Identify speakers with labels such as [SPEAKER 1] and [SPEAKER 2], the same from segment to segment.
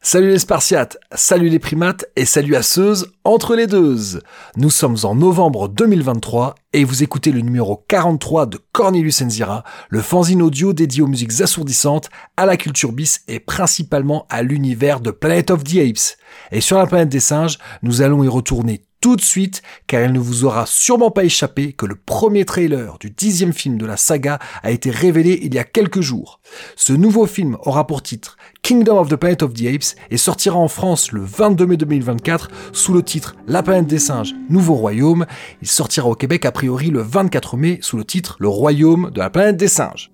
[SPEAKER 1] Salut les Spartiates, salut les primates et salut à ceuses entre les deux. Nous sommes en novembre 2023 et vous écoutez le numéro 43 de Cornelius Nzira, le fanzine audio dédié aux musiques assourdissantes, à la culture bis et principalement à l'univers de Planet of the Apes. Et sur la planète des singes, nous allons y retourner tout de suite, car il ne vous aura sûrement pas échappé que le premier trailer du 10e film de la saga a été révélé il y a quelques jours. Ce nouveau film aura pour titre Kingdom of the Planet of the Apes et sortira en France le 22 mai 2024 sous le titre La planète des singes, Nouveau Royaume. Il sortira au Québec a priori le 24 mai sous le titre Le Royaume de la planète des singes.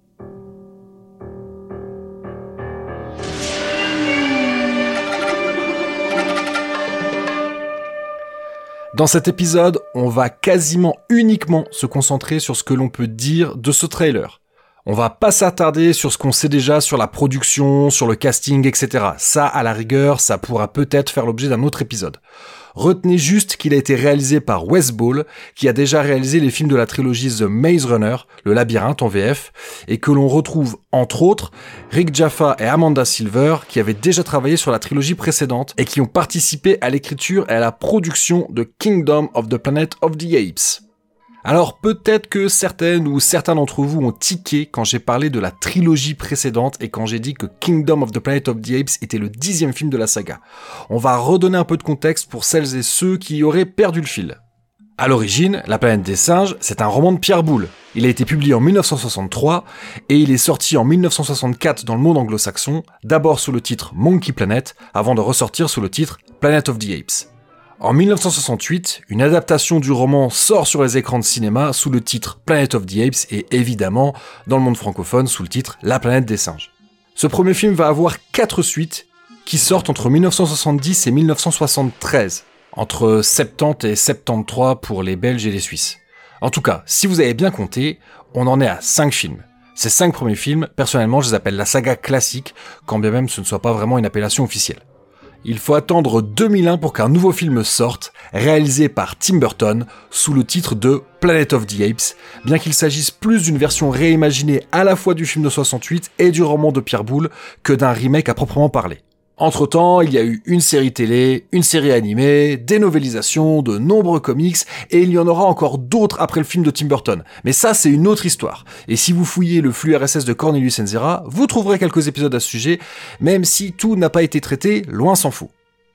[SPEAKER 1] Dans cet épisode, on va quasiment uniquement se concentrer sur ce que l'on peut dire de ce trailer. On va pas s'attarder sur ce qu'on sait déjà sur la production, sur le casting, etc. Ça, à la rigueur, ça pourra peut-être faire l'objet d'un autre épisode. Retenez juste qu'il a été réalisé par Wes Ball, qui a déjà réalisé les films de la trilogie The Maze Runner, Le Labyrinthe en VF, et que l'on retrouve, entre autres, Rick Jaffa et Amanda Silver, qui avaient déjà travaillé sur la trilogie précédente, et qui ont participé à l'écriture et à la production de Kingdom of the Planet of the Apes. Alors peut-être que certaines ou certains d'entre vous ont tiqué quand j'ai parlé de la trilogie précédente et quand j'ai dit que Kingdom of the Planet of the Apes était le 10e film de la saga. On va redonner un peu de contexte pour celles et ceux qui auraient perdu le fil. À l'origine, La planète des singes, c'est un roman de Pierre Boulle. Il a été publié en 1963 et il est sorti en 1964 dans le monde anglo-saxon, d'abord sous le titre Monkey Planet, avant de ressortir sous le titre Planet of the Apes. En 1968, une adaptation du roman sort sur les écrans de cinéma sous le titre Planet of the Apes et évidemment, dans le monde francophone, sous le titre La planète des singes. Ce premier film va avoir 4 suites qui sortent entre 1970 et 1973, entre 70 et 73 pour les Belges et les Suisses. En tout cas, si vous avez bien compté, on en est à 5 films. Ces 5 premiers films, personnellement, je les appelle la saga classique, quand bien même ce ne soit pas vraiment une appellation officielle. Il faut attendre 2001 pour qu'un nouveau film sorte, réalisé par Tim Burton, sous le titre de Planet of the Apes, bien qu'il s'agisse plus d'une version réimaginée à la fois du film de 68 et du roman de Pierre Boulle que d'un remake à proprement parler. Entre-temps, il y a eu une série télé, une série animée, des novélisations, de nombreux comics, et il y en aura encore d'autres après le film de Tim Burton. Mais ça, c'est une autre histoire. Et si vous fouillez le flux RSS de Cornelius Nzira, vous trouverez quelques épisodes à ce sujet, même si tout n'a pas été traité, loin s'en faut.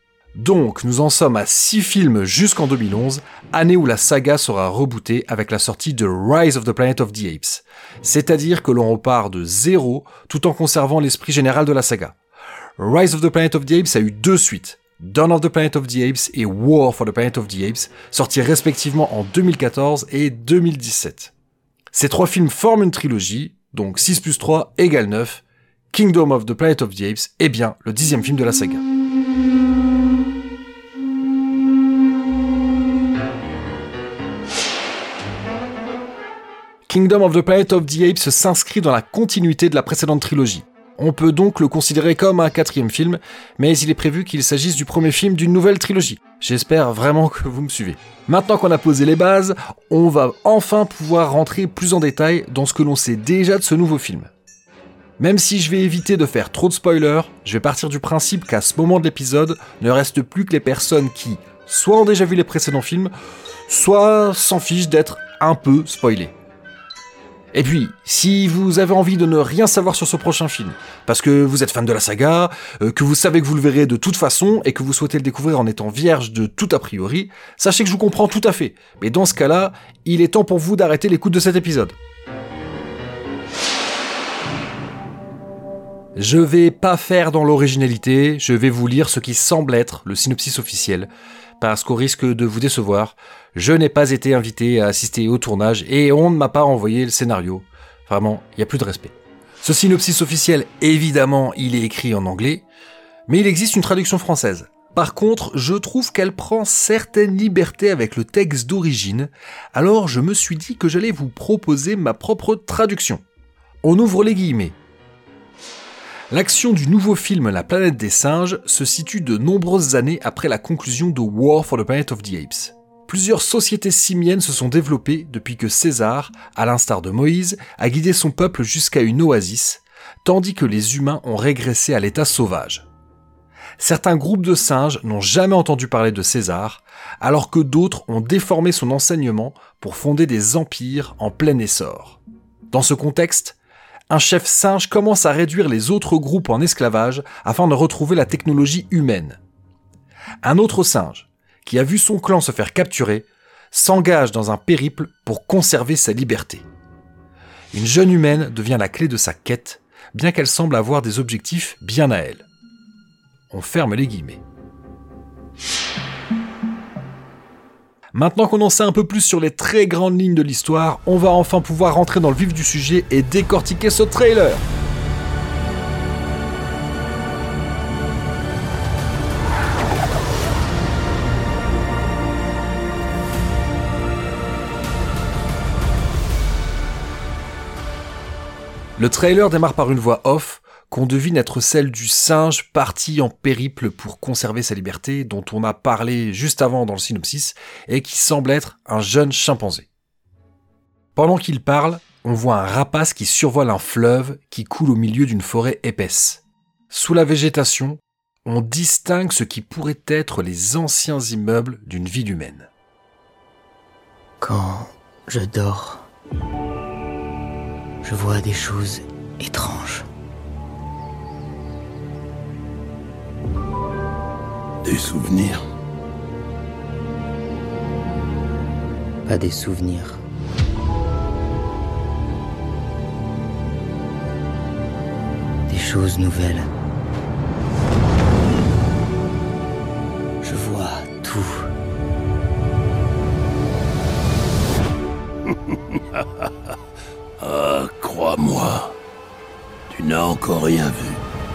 [SPEAKER 1] Donc, nous en sommes à 6 films jusqu'en 2011, année où la saga sera rebootée avec la sortie de Rise of the Planet of the Apes. C'est-à-dire que l'on repart de zéro, tout en conservant l'esprit général de la saga. Rise of the Planet of the Apes a eu 2 suites, Dawn of the Planet of the Apes et War for the Planet of the Apes, sortis respectivement en 2014 et 2017. Ces 3 films forment une trilogie, donc 6 plus 3 égale 9. Kingdom of the Planet of the Apes est bien le 10e film de la saga. Kingdom of the Planet of the Apes s'inscrit dans la continuité de la précédente trilogie. On peut donc le considérer comme un 4e film, mais il est prévu qu'il s'agisse du premier film d'une nouvelle trilogie. J'espère vraiment que vous me suivez. Maintenant qu'on a posé les bases, on va enfin pouvoir rentrer plus en détail dans ce que l'on sait déjà de ce nouveau film. Même si je vais éviter de faire trop de spoilers, je vais partir du principe qu'à ce moment de l'épisode, ne reste plus que les personnes qui, soit ont déjà vu les précédents films, soit s'en fichent d'être un peu spoilées. Et puis, si vous avez envie de ne rien savoir sur ce prochain film, parce que vous êtes fan de la saga, que vous savez que vous le verrez de toute façon, et que vous souhaitez le découvrir en étant vierge de tout a priori, sachez que je vous comprends tout à fait. Mais dans ce cas-là, il est temps pour vous d'arrêter l'écoute de cet épisode. Je vais pas faire dans l'originalité, je vais vous lire ce qui semble être le synopsis officiel, parce qu'au risque de vous décevoir, je n'ai pas été invité à assister au tournage et on ne m'a pas envoyé le scénario. Vraiment, il n'y a plus de respect. Ce synopsis officiel, évidemment, il est écrit en anglais, mais il existe une traduction française. Par contre, je trouve qu'elle prend certaines libertés avec le texte d'origine, alors je me suis dit que j'allais vous proposer ma propre traduction. On ouvre les guillemets. L'action du nouveau film La planète des singes se situe de nombreuses années après la conclusion de War for the Planet of the Apes. Plusieurs sociétés simiennes se sont développées depuis que César, à l'instar de Moïse, a guidé son peuple jusqu'à une oasis, tandis que les humains ont régressé à l'état sauvage. Certains groupes de singes n'ont jamais entendu parler de César, alors que d'autres ont déformé son enseignement pour fonder des empires en plein essor. Dans ce contexte, un chef singe commence à réduire les autres groupes en esclavage afin de retrouver la technologie humaine. Un autre singe, qui a vu son clan se faire capturer, s'engage dans un périple pour conserver sa liberté. Une jeune humaine devient la clé de sa quête, bien qu'elle semble avoir des objectifs bien à elle. On ferme les guillemets. Maintenant qu'on en sait un peu plus sur les très grandes lignes de l'histoire, on va enfin pouvoir rentrer dans le vif du sujet et décortiquer ce trailer. Le trailer démarre par une voix off qu'on devine être celle du singe parti en périple pour conserver sa liberté, dont on a parlé juste avant dans le synopsis, et qui semble être un jeune chimpanzé. Pendant qu'il parle, on voit un rapace qui survole un fleuve qui coule au milieu d'une forêt épaisse. Sous la végétation, on distingue ce qui pourrait être les anciens immeubles d'une ville humaine.
[SPEAKER 2] Quand je dors, je vois des choses étranges.
[SPEAKER 3] Des souvenirs.
[SPEAKER 2] Pas des souvenirs. Des choses nouvelles. Je vois tout.
[SPEAKER 3] Ah, crois-moi, tu n'as encore rien vu.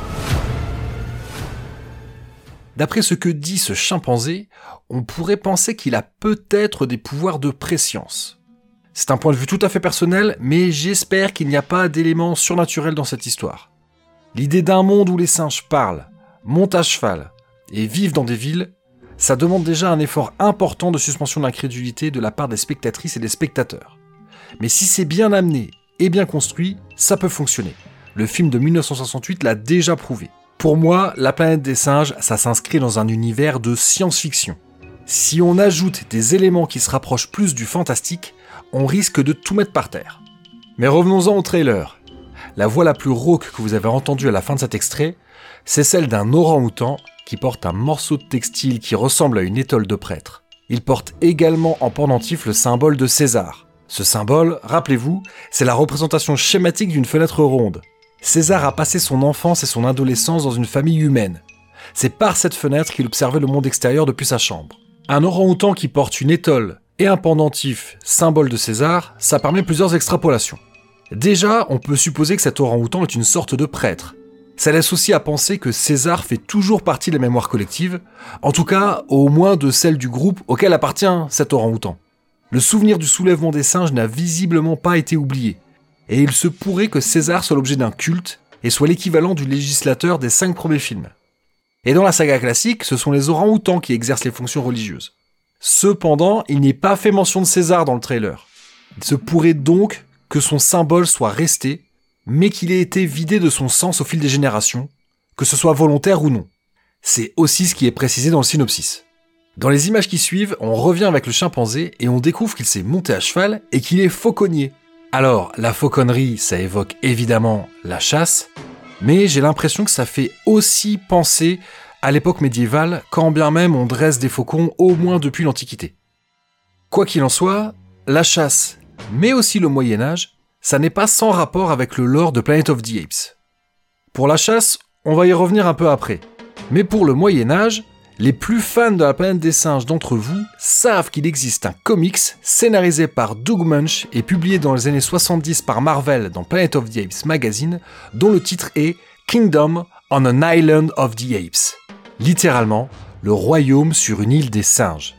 [SPEAKER 1] D'après ce que dit ce chimpanzé, on pourrait penser qu'il a peut-être des pouvoirs de prescience. C'est un point de vue tout à fait personnel, mais j'espère qu'il n'y a pas d'éléments surnaturels dans cette histoire. L'idée d'un monde où les singes parlent, montent à cheval et vivent dans des villes, ça demande déjà un effort important de suspension d'incrédulité de la part des spectatrices et des spectateurs. Mais si c'est bien amené et bien construit, ça peut fonctionner. Le film de 1968 l'a déjà prouvé. Pour moi, La planète des singes, ça s'inscrit dans un univers de science-fiction. Si on ajoute des éléments qui se rapprochent plus du fantastique, on risque de tout mettre par terre. Mais revenons-en au trailer. La voix la plus rauque que vous avez entendue à la fin de cet extrait, c'est celle d'un orang-outan qui porte un morceau de textile qui ressemble à une étole de prêtre. Il porte également en pendentif le symbole de César. Ce symbole, rappelez-vous, c'est la représentation schématique d'une fenêtre ronde. César a passé son enfance et son adolescence dans une famille humaine. C'est par cette fenêtre qu'il observait le monde extérieur depuis sa chambre. Un orang-outan qui porte une étole et un pendentif, symbole de César, ça permet plusieurs extrapolations. Déjà, on peut supposer que cet orang-outan est une sorte de prêtre. Ça laisse aussi à penser que César fait toujours partie de la mémoire collective, en tout cas au moins de celle du groupe auquel appartient cet orang-outan. Le souvenir du soulèvement des singes n'a visiblement pas été oublié, et il se pourrait que César soit l'objet d'un culte et soit l'équivalent du législateur des 5 premiers films. Et dans la saga classique, ce sont les orang-outans qui exercent les fonctions religieuses. Cependant, il n'est pas fait mention de César dans le trailer. Il se pourrait donc que son symbole soit resté, mais qu'il ait été vidé de son sens au fil des générations, que ce soit volontaire ou non. C'est aussi ce qui est précisé dans le synopsis. Dans les images qui suivent, on revient avec le chimpanzé et on découvre qu'il s'est monté à cheval et qu'il est fauconnier. Alors, la fauconnerie, ça évoque évidemment la chasse, mais j'ai l'impression que ça fait aussi penser à l'époque médiévale, quand bien même on dresse des faucons au moins depuis l'Antiquité. Quoi qu'il en soit, la chasse, mais aussi le Moyen-Âge, ça n'est pas sans rapport avec le lore de Planet of the Apes. Pour la chasse, on va y revenir un peu après. Mais pour le Moyen-Âge, les plus fans de la planète des singes d'entre vous savent qu'il existe un comics scénarisé par Doug Munch et publié dans les années 70 par Marvel dans Planet of the Apes magazine, dont le titre est Kingdom on an Island of the Apes. Littéralement, le royaume sur une île des singes.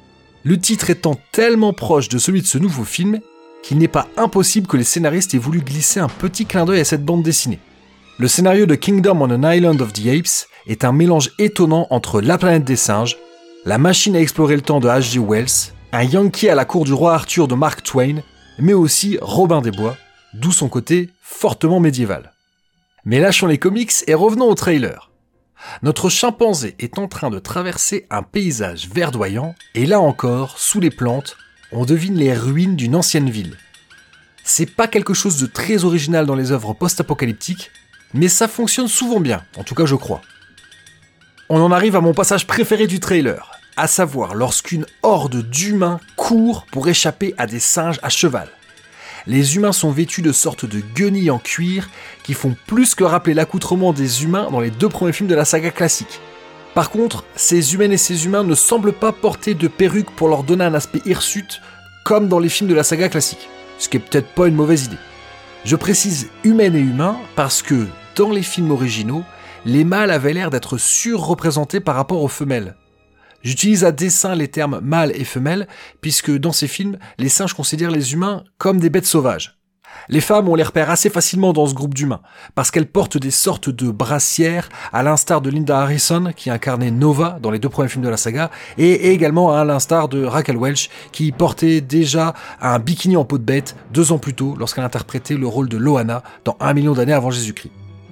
[SPEAKER 1] Le titre étant tellement proche de celui de ce nouveau film qu'il n'est pas impossible que les scénaristes aient voulu glisser un petit clin d'œil à cette bande dessinée. Le scénario de Kingdom on an Island of the Apes est un mélange étonnant entre La planète des singes, La machine à explorer le temps de H.G. Wells, Un Yankee à la cour du roi Arthur de Mark Twain, mais aussi Robin des Bois, d'où son côté fortement médiéval. Mais lâchons les comics et revenons au trailer. Notre chimpanzé est en train de traverser un paysage verdoyant, et là encore, sous les plantes, on devine les ruines d'une ancienne ville. C'est pas quelque chose de très original dans les œuvres post-apocalyptiques, mais ça fonctionne souvent bien, en tout cas je crois. On en arrive à mon passage préféré du trailer, à savoir lorsqu'une horde d'humains court pour échapper à des singes à cheval. Les humains sont vêtus de sortes de guenilles en cuir qui font plus que rappeler l'accoutrement des humains dans les 2 premiers films de la saga classique. Par contre, ces humaines et ces humains ne semblent pas porter de perruques pour leur donner un aspect hirsute comme dans les films de la saga classique, ce qui est peut-être pas une mauvaise idée. Je précise humaines et humains parce que, dans les films originaux, les mâles avaient l'air d'être surreprésentés par rapport aux femelles. J'utilise à dessein les termes mâle et femelle, puisque dans ces films, les singes considèrent les humains comme des bêtes sauvages. Les femmes, on les repère assez facilement dans ce groupe d'humains, parce qu'elles portent des sortes de brassières, à l'instar de Linda Harrison, qui incarnait Nova dans les 2 premiers films de la saga, et également à l'instar de Raquel Welch, qui portait déjà un bikini en peau de bête 2 ans plus tôt, lorsqu'elle interprétait le rôle de Loana dans 1 million d'années avant Jésus-Christ.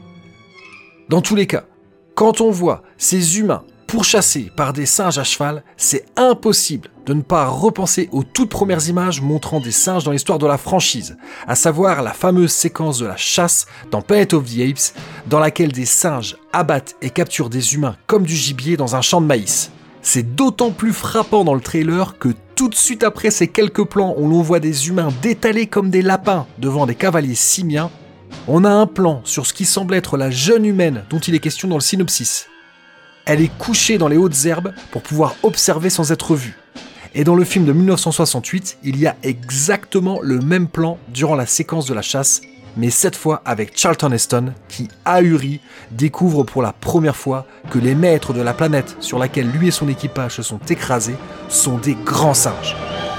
[SPEAKER 1] Dans tous les cas, quand on voit ces humains pourchassés par des singes à cheval, c'est impossible de ne pas repenser aux toutes premières images montrant des singes dans l'histoire de la franchise, à savoir la fameuse séquence de la chasse dans Planet of the Apes, dans laquelle des singes abattent et capturent des humains comme du gibier dans un champ de maïs. C'est d'autant plus frappant dans le trailer que tout de suite après ces quelques plans où l'on voit des humains détalés comme des lapins devant des cavaliers simiens, on a un plan sur ce qui semble être la jeune humaine dont il est question dans le synopsis. Elle est couchée dans les hautes herbes pour pouvoir observer sans être vue. Et dans le film de 1968, il y a exactement le même plan durant la séquence de la chasse, mais cette fois avec Charlton Heston qui, ahuri, découvre pour la première fois que les maîtres de la planète sur laquelle lui et son équipage se sont écrasés sont des grands singes.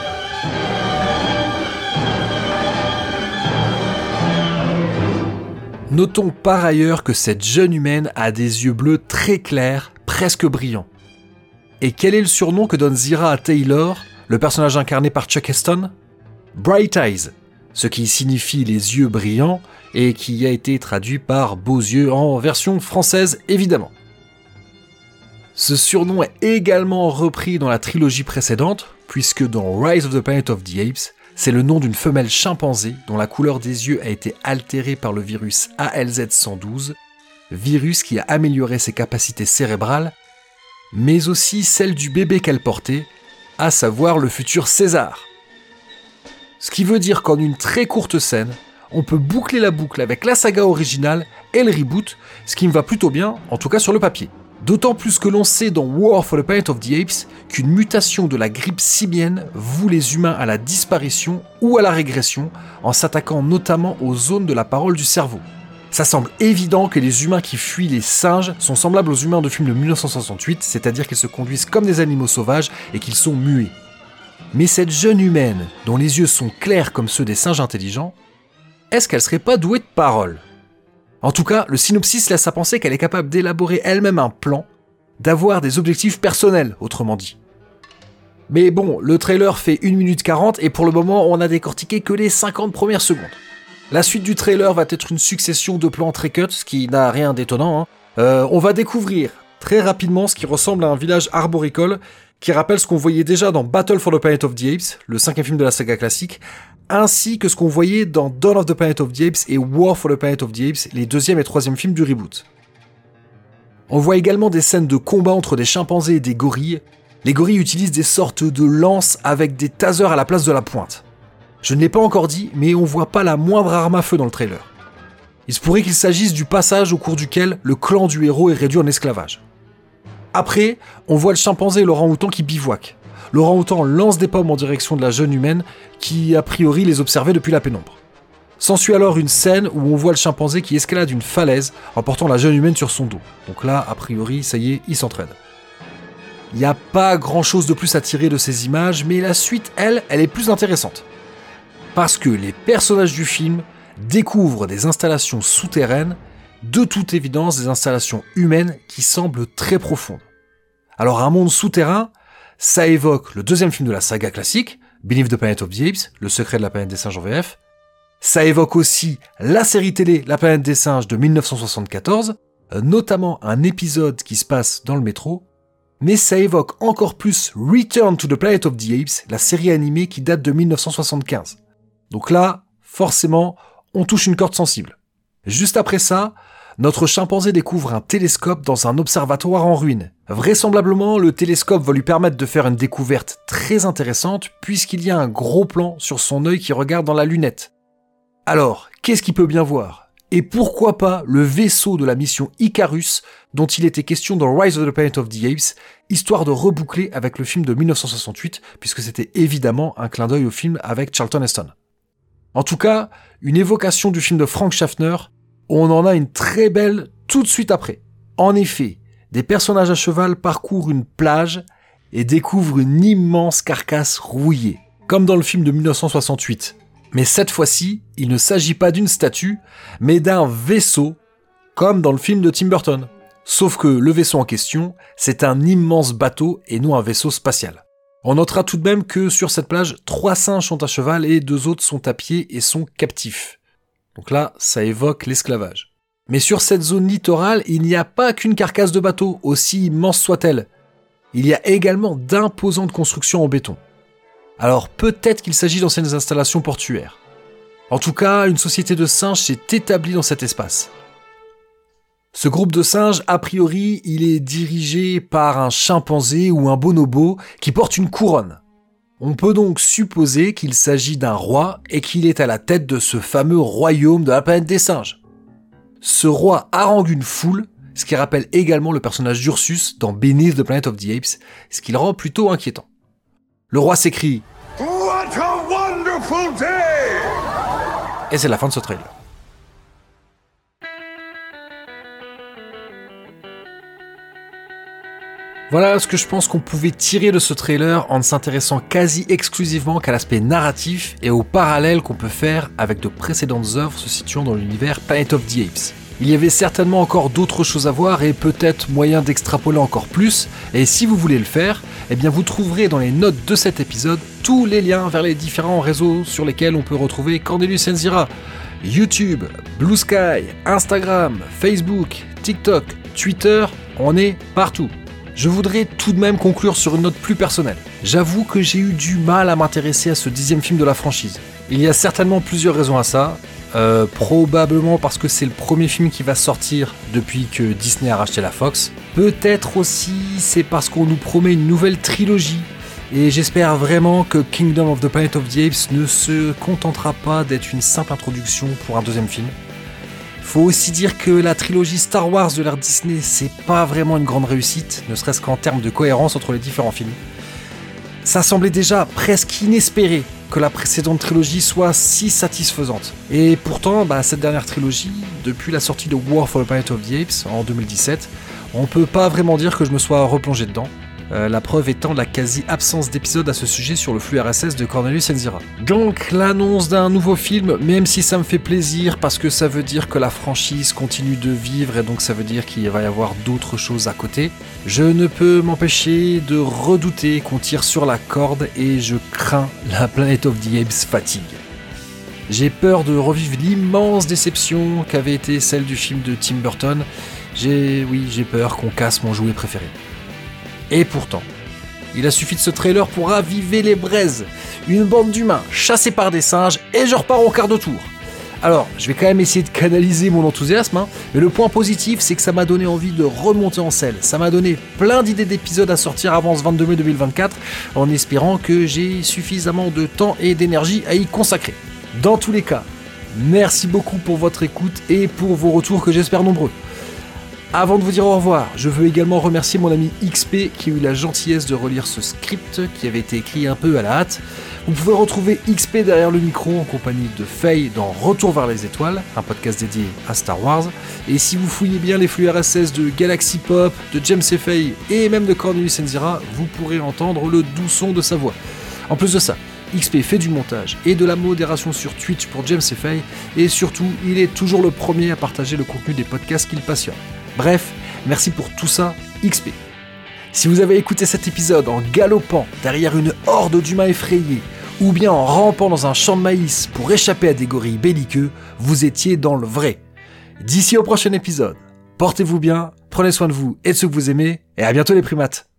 [SPEAKER 1] Notons par ailleurs que cette jeune humaine a des yeux bleus très clairs, presque brillants. Et quel est le surnom que donne Zira à Taylor, le personnage incarné par Chuck Heston ? Bright Eyes, ce qui signifie les yeux brillants et qui a été traduit par beaux yeux en version française évidemment. Ce surnom est également repris dans la trilogie précédente, puisque dans Rise of the Planet of the Apes, c'est le nom d'une femelle chimpanzé dont la couleur des yeux a été altérée par le virus ALZ112, virus qui a amélioré ses capacités cérébrales, mais aussi celle du bébé qu'elle portait, à savoir le futur César. Ce qui veut dire qu'en une très courte scène, on peut boucler la boucle avec la saga originale et le reboot, ce qui me va plutôt bien, en tout cas sur le papier. D'autant plus que l'on sait dans War for the Planet of the Apes qu'une mutation de la grippe simienne voue les humains à la disparition ou à la régression en s'attaquant notamment aux zones de la parole du cerveau. Ça semble évident que les humains qui fuient les singes sont semblables aux humains de films de 1968, c'est-à-dire qu'ils se conduisent comme des animaux sauvages et qu'ils sont muets. Mais cette jeune humaine, dont les yeux sont clairs comme ceux des singes intelligents, est-ce qu'elle serait pas douée de parole ? En tout cas, le synopsis laisse à penser qu'elle est capable d'élaborer elle-même un plan, d'avoir des objectifs personnels, autrement dit. Mais bon, le trailer fait 1 minute 40 et pour le moment, on n'a décortiqué que les 50 premières secondes. La suite du trailer va être une succession de plans très cuts, ce qui n'a rien d'étonnant. On va découvrir très rapidement ce qui ressemble à un village arboricole qui rappelle ce qu'on voyait déjà dans Battle for the Planet of the Apes, le 5e film de la saga classique, ainsi que ce qu'on voyait dans Dawn of the Planet of the Apes et War for the Planet of the Apes, les 2e et 3e films du reboot. On voit également des scènes de combat entre des chimpanzés et des gorilles. Les gorilles utilisent des sortes de lances avec des tasers à la place de la pointe. Je ne l'ai pas encore dit, mais on voit pas la moindre arme à feu dans le trailer. Il se pourrait qu'il s'agisse du passage au cours duquel le clan du héros est réduit en esclavage. Après, on voit le chimpanzé et l'orang-outan qui bivouaquent. L'orang-outan lance des pommes en direction de la jeune humaine qui, a priori, les observait depuis la pénombre. S'ensuit alors une scène où on voit le chimpanzé qui escalade une falaise en portant la jeune humaine sur son dos. Donc là, a priori, ça y est, ils s'entraident. Il n'y a pas grand-chose de plus à tirer de ces images, mais la suite, elle est plus intéressante. Parce que les personnages du film découvrent des installations souterraines, de toute évidence des installations humaines qui semblent très profondes. Alors un monde souterrain, ça évoque le 2e film de la saga classique, Beneath the Planet of the Apes, Le secret de la planète des singes en VF. Ça évoque aussi la série télé La planète des singes de 1974, notamment un épisode qui se passe dans le métro, mais ça évoque encore plus Return to the Planet of the Apes, la série animée qui date de 1975. Donc là, forcément, on touche une corde sensible. Juste après ça, notre chimpanzé découvre un télescope dans un observatoire en ruine. Vraisemblablement, le télescope va lui permettre de faire une découverte très intéressante puisqu'il y a un gros plan sur son œil qui regarde dans la lunette. Alors, qu'est-ce qu'il peut bien voir ? Et pourquoi pas le vaisseau de la mission Icarus dont il était question dans Rise of the Planet of the Apes, histoire de reboucler avec le film de 1968 puisque c'était évidemment un clin d'œil au film avec Charlton Heston. En tout cas, une évocation du film de Frank Schaffner, on en a une très belle tout de suite après. En effet, des personnages à cheval parcourent une plage et découvrent une immense carcasse rouillée, comme dans le film de 1968. Mais cette fois-ci, il ne s'agit pas d'une statue, mais d'un vaisseau, comme dans le film de Tim Burton. Sauf que le vaisseau en question, c'est un immense bateau et non un vaisseau spatial. On notera tout de même que sur cette plage, 3 singes sont à cheval et 2 autres sont à pied et sont captifs. Donc là, ça évoque l'esclavage. Mais sur cette zone littorale, il n'y a pas qu'une carcasse de bateau, aussi immense soit-elle. Il y a également d'imposantes constructions en béton. Alors peut-être qu'il s'agit d'anciennes installations portuaires. En tout cas, une société de singes s'est établie dans cet espace. Ce groupe de singes, a priori, il est dirigé par un chimpanzé ou un bonobo qui porte une couronne. On peut donc supposer qu'il s'agit d'un roi et qu'il est à la tête de ce fameux royaume de la planète des singes. Ce roi harangue une foule, ce qui rappelle également le personnage d'Ursus dans Beneath the Planet of the Apes, ce qui le rend plutôt inquiétant. Le roi s'écrie « What a wonderful day !» Et c'est la fin de ce trailer. Voilà ce que je pense qu'on pouvait tirer de ce trailer en ne s'intéressant quasi exclusivement qu'à l'aspect narratif et aux parallèles qu'on peut faire avec de précédentes œuvres se situant dans l'univers Planet of the Apes. Il y avait certainement encore d'autres choses à voir et peut-être moyen d'extrapoler encore plus, et si vous voulez le faire, eh bien vous trouverez dans les notes de cet épisode tous les liens vers les différents réseaux sur lesquels on peut retrouver Cornelius Enzira. YouTube, Blue Sky, Instagram, Facebook, TikTok, Twitter, on est partout. Je voudrais tout de même conclure sur une note plus personnelle. J'avoue que j'ai eu du mal à m'intéresser à ce 10e film de la franchise. Il y a certainement plusieurs raisons à ça. Probablement parce que c'est le premier film qui va sortir depuis que Disney a racheté la Fox. Peut-être aussi c'est parce qu'on nous promet une nouvelle trilogie. Et j'espère vraiment que Kingdom of the Planet of the Apes ne se contentera pas d'être une simple introduction pour un 2e film. Faut aussi dire que la trilogie Star Wars de l'ère Disney, c'est pas vraiment une grande réussite, ne serait-ce qu'en termes de cohérence entre les différents films. Ça semblait déjà presque inespéré que la précédente trilogie soit si satisfaisante. Et pourtant, cette dernière trilogie, depuis la sortie de War for the Planet of the Apes en 2017, on peut pas vraiment dire que je me sois replongé dedans. La preuve étant la quasi-absence d'épisodes à ce sujet sur le flux RSS de Cornelius Enzira. Donc l'annonce d'un nouveau film, même si ça me fait plaisir parce que ça veut dire que la franchise continue de vivre et donc ça veut dire qu'il va y avoir d'autres choses à côté, je ne peux m'empêcher de redouter qu'on tire sur la corde et je crains la Planet of the Apes fatigue. J'ai peur de revivre l'immense déception qu'avait été celle du film de Tim Burton. J'ai peur qu'on casse mon jouet préféré. Et pourtant, il a suffi de ce trailer pour raviver les braises. Une bande d'humains chassés par des singes et je repars au quart de tour. Alors, je vais quand même essayer de canaliser mon enthousiasme, mais le point positif, c'est que ça m'a donné envie de remonter en selle. Ça m'a donné plein d'idées d'épisodes à sortir avant ce 22 mai 2024, en espérant que j'ai suffisamment de temps et d'énergie à y consacrer. Dans tous les cas, merci beaucoup pour votre écoute et pour vos retours que j'espère nombreux. Avant de vous dire au revoir, je veux également remercier mon ami XP qui a eu la gentillesse de relire ce script qui avait été écrit un peu à la hâte. Vous pouvez retrouver XP derrière le micro en compagnie de Faye dans Retour vers les étoiles, un podcast dédié à Star Wars. Et si vous fouillez bien les flux RSS de Galaxy Pop, de James et Faye et même de Cornelius Enzira, vous pourrez entendre le doux son de sa voix. En plus de ça, XP fait du montage et de la modération sur Twitch pour James et Faye, et surtout, il est toujours le premier à partager le contenu des podcasts qu'il passionne. Bref, merci pour tout ça, XP. Si vous avez écouté cet épisode en galopant derrière une horde d'humains effrayés, ou bien en rampant dans un champ de maïs pour échapper à des gorilles belliqueux, vous étiez dans le vrai. D'ici au prochain épisode, Portez-vous bien, prenez soin de vous et de ceux que vous aimez, et à bientôt les primates.